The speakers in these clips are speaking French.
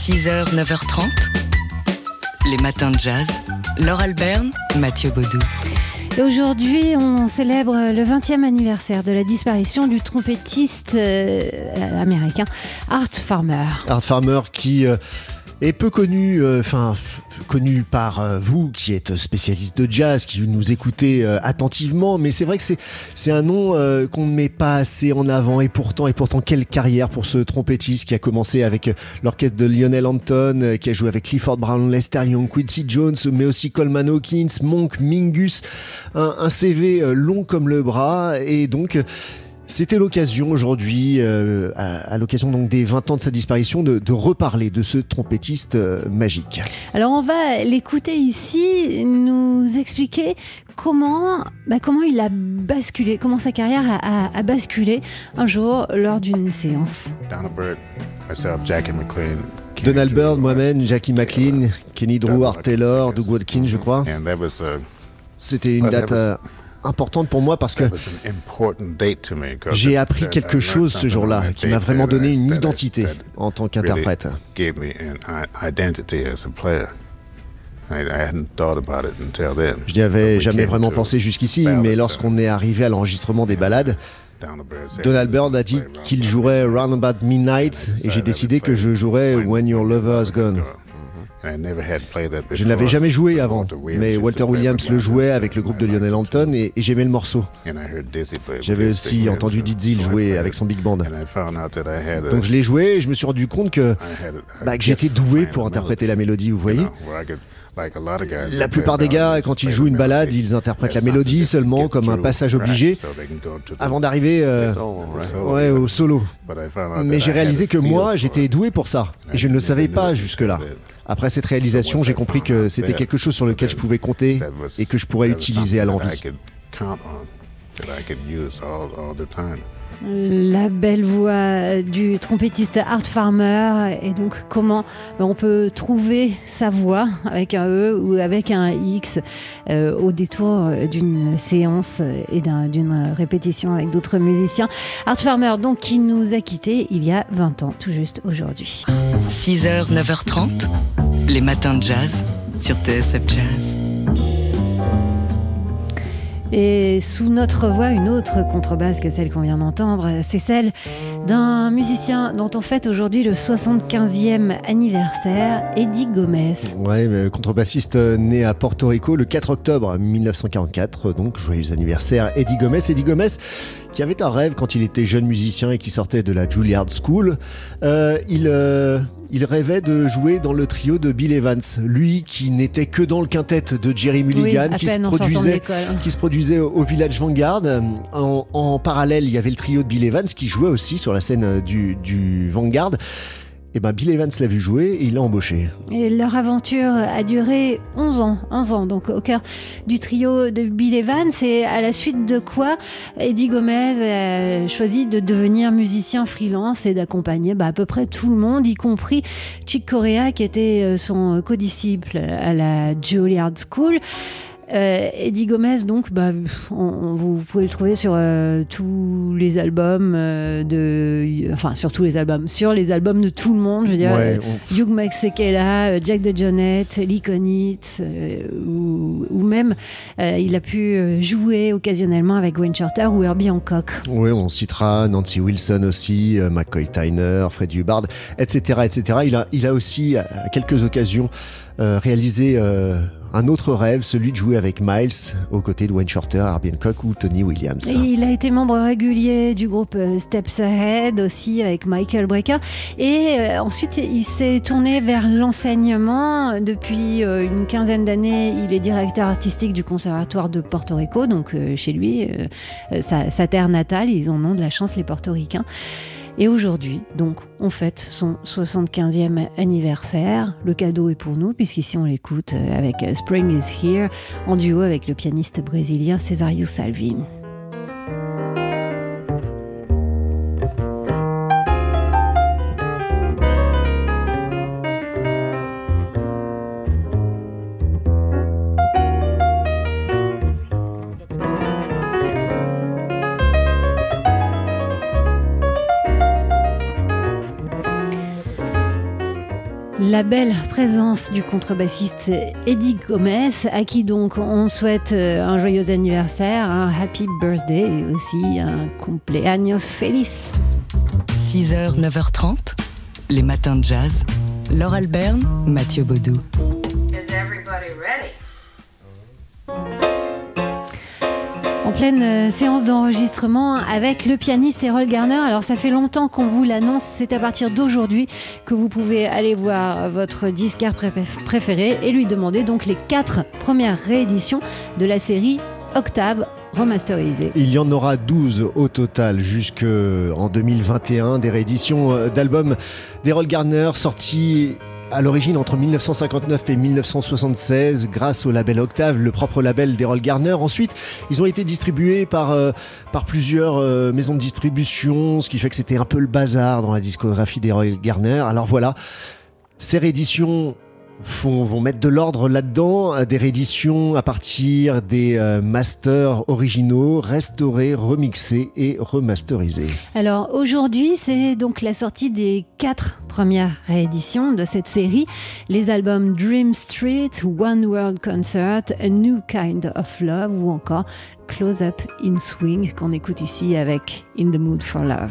6h, 9h30, les matins de jazz. Laure Alberne, Mathieu Baudou. Et aujourd'hui, on célèbre le 20e anniversaire de la disparition du trompettiste américain Art Farmer. Art Farmer qui est peu connu, connu par vous qui êtes spécialiste de jazz, qui nous écoutez attentivement, mais c'est vrai que c'est un nom qu'on ne met pas assez en avant, et pourtant quelle carrière pour ce trompettiste qui a commencé avec l'orchestre de Lionel Hampton, qui a joué avec Clifford Brown, Lester Young, Quincy Jones, mais aussi Coleman Hawkins, Monk, Mingus, un CV long comme le bras, et donc c'était l'occasion aujourd'hui, à l'occasion donc des 20 ans de sa disparition, de reparler de ce trompettiste magique. Alors on va l'écouter ici, nous expliquer comment il a basculé, comment sa carrière a basculé un jour lors d'une séance. Donald Byrd, moi-même, Jackie McLean, Kenny Drew, Art Taylor, Doug Watkins, je crois. C'était une date importante pour moi parce que j'ai appris quelque chose ce jour-là qui m'a vraiment donné une identité en tant qu'interprète. Je n'y avais jamais vraiment pensé jusqu'ici, mais lorsqu'on est arrivé à l'enregistrement des ballades, Donald Byrd a dit qu'il jouerait Round About Midnight et j'ai décidé que je jouerais When Your Lover Has Gone. Je ne l'avais jamais joué avant, mais Walter Williams le jouait avec le groupe de Lionel Hampton et j'aimais le morceau. J'avais aussi entendu Dizzy le jouer avec son big band. Donc je l'ai joué et je me suis rendu compte que j'étais doué pour interpréter la mélodie, vous voyez. La plupart des gars, quand ils jouent une ballade, ils interprètent la mélodie seulement comme un passage obligé avant d'arriver au solo. Mais j'ai réalisé que moi, j'étais doué pour ça et je ne le savais pas jusque-là. Après cette réalisation, j'ai compris que c'était quelque chose sur lequel je pouvais compter et que je pourrais utiliser à l'envi. La belle voix du trompettiste Art Farmer, et donc comment on peut trouver sa voix avec un E ou avec un X au détour d'une séance et d'une répétition avec d'autres musiciens. Art Farmer donc qui nous a quittés il y a 20 ans, tout juste aujourd'hui. 6h, 9h30, les matins de jazz sur TSF Jazz. Et sous notre voix, une autre contrebasse que celle qu'on vient d'entendre, c'est celle d'un musicien dont on fête aujourd'hui le 75e anniversaire, Eddie Gomez. Ouais, contrebassiste né à Porto Rico le 4 octobre 1944, donc joyeux anniversaire Eddie Gomez. Eddie Gomez qui avait un rêve quand il était jeune musicien et qui sortait de la Juilliard School. Il rêvait de jouer dans le trio de Bill Evans, lui qui n'était que dans le quintet de Jerry Mulligan, qui se produisait au Village Vanguard. En parallèle, il y avait le trio de Bill Evans qui jouait aussi sur la scène du Vanguard. Et Bill Evans l'a vu jouer et il l'a embauché. Et leur aventure a duré 11 ans, donc au cœur du trio de Bill Evans, et à la suite de quoi Eddie Gomez a choisi de devenir musicien freelance et d'accompagner à peu près tout le monde, y compris Chick Corea qui était son codisciple à la Juilliard School. Eddie Gomez, donc, vous pouvez le trouver sur tous les albums sur les albums de tout le monde, je veux dire, Hugh Masekela, Jack DeJohnette, Lee Konitz, ou même il a pu jouer occasionnellement avec Wayne Shorter ou Herbie Hancock. Oui, on citera Nancy Wilson aussi, McCoy Tyner, Freddie Hubbard, etc. Il a aussi, à quelques occasions, réalisé un autre rêve, celui de jouer avec Miles aux côtés de Wayne Shorter, Herbie Hancock ou Tony Williams. Et il a été membre régulier du groupe Steps Ahead aussi avec Michael Brecker, et ensuite il s'est tourné vers l'enseignement. Depuis une quinzaine d'années, il est directeur artistique du conservatoire de Porto Rico, donc chez lui, sa terre natale. Ils en ont de la chance, les portoricains. Et aujourd'hui, donc, on fête son 75e anniversaire. Le cadeau est pour nous, puisqu'ici on l'écoute avec Spring is Here, en duo avec le pianiste brésilien Cesario Salvin. La belle présence du contrebassiste Eddie Gomez, à qui donc on souhaite un joyeux anniversaire, un happy birthday et aussi un cumpleaños feliz. 6h, 9h30, les matins de jazz. Laure Alberne, Mathieu Baudou. Is everybody ready? En pleine séance d'enregistrement avec le pianiste Errol Garner. Alors ça fait longtemps qu'on vous l'annonce, c'est à partir d'aujourd'hui que vous pouvez aller voir votre disquaire préféré et lui demander donc les 4 premières rééditions de la série Octave remasterisée. Il y en aura 12 au total jusqu'en 2021, des rééditions d'albums d'Errol Garner sortis à l'origine entre 1959 et 1976 grâce au label Octave, le propre label d'Errol Garner. Ensuite, ils ont été distribués par plusieurs maisons de distribution, ce qui fait que c'était un peu le bazar dans la discographie d'Errol Garner. Alors voilà, ces rééditions vont mettre de l'ordre là-dedans, des rééditions à partir des masters originaux, restaurés, remixés et remasterisés. Alors aujourd'hui, c'est donc la sortie des 4 premières rééditions de cette série, les albums Dream Street, One World Concert, A New Kind of Love ou encore Close Up in Swing qu'on écoute ici avec In the Mood for Love.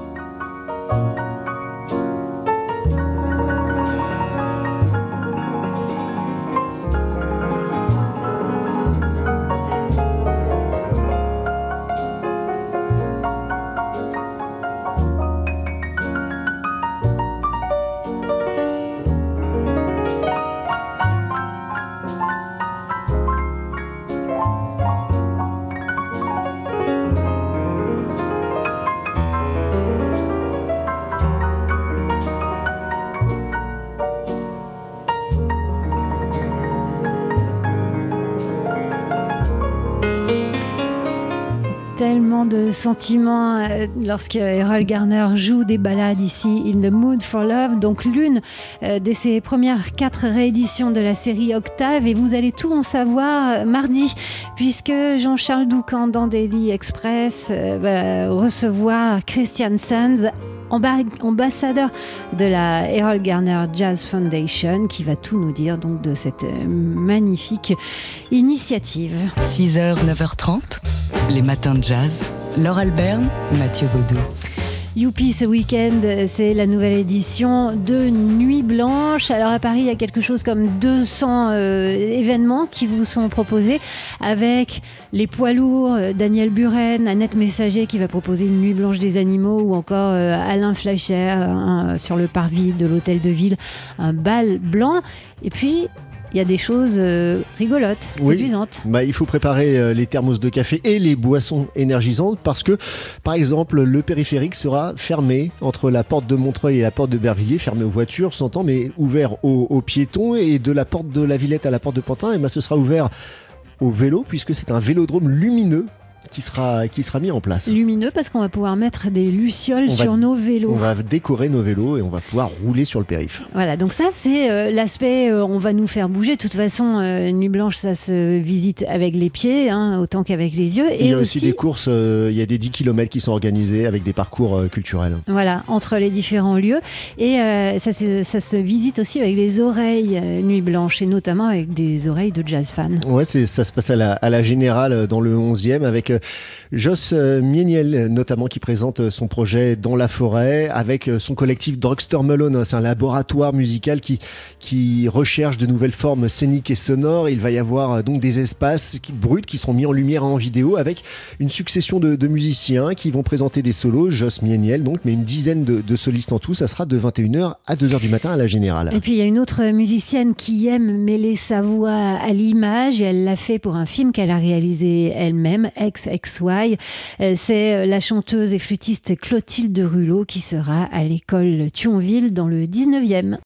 Tellement de sentiments lorsque Errol Garner joue des ballades ici, In the Mood for Love, donc l'une de ses premières 4 rééditions de la série Octave, et vous allez tout en savoir mardi, puisque Jean-Charles Doucan dans Daily Express va recevoir Christian Sands, ambassadeur de la Errol Garner Jazz Foundation, qui va tout nous dire donc de cette magnifique initiative. 6h, 9h30, les matins de jazz. Laure Alberne, Mathieu Baudou. Youpi, ce week-end, c'est la nouvelle édition de Nuit Blanche. Alors à Paris, il y a quelque chose comme 200 événements qui vous sont proposés avec les poids lourds, Daniel Buren, Annette Messager qui va proposer une Nuit Blanche des animaux ou encore Alain Fleischer sur le parvis de l'hôtel de ville, un bal blanc. Et puis il y a des choses rigolotes, séduisantes. Bah, il faut préparer les thermos de café et les boissons énergisantes parce que, par exemple, le périphérique sera fermé entre la porte de Montreuil et la porte de Bervilliers, fermé aux voitures, s'entend, mais ouvert aux piétons, et de la porte de la Villette à la porte de Pantin, et ben, ce sera ouvert aux vélos puisque c'est un vélodrome lumineux qui sera mis en place. Lumineux parce qu'on va pouvoir mettre des lucioles sur nos vélos. On va décorer nos vélos et on va pouvoir rouler sur le périph'. Voilà, donc ça c'est l'aspect on va nous faire bouger. De toute façon, Nuit Blanche, ça se visite avec les pieds autant qu'avec les yeux. Il y a aussi des courses, il y a des 10 km qui sont organisés avec des parcours culturels. Voilà, entre les différents lieux. Et ça se visite aussi avec les oreilles Nuit Blanche, et notamment avec des oreilles de jazz fans. Ouais, ça se passe à la Générale dans le 11e avec Joss Mieniel notamment qui présente son projet Dans la forêt avec son collectif Drugstore Malone. C'est un laboratoire musical qui recherche de nouvelles formes scéniques et sonores. Il va y avoir donc des espaces bruts qui seront mis en lumière et en vidéo avec une succession de musiciens qui vont présenter des solos. Joss Mieniel donc, mais une dizaine de solistes en tout. Ça sera de 21h à 2h du matin à la Générale. Et puis il y a une autre musicienne qui aime mêler sa voix à l'image, et elle l'a fait pour un film qu'elle a réalisé elle-même, XXY. C'est la chanteuse et flûtiste Clotilde Rulot qui sera à l'école Thionville dans le 19e.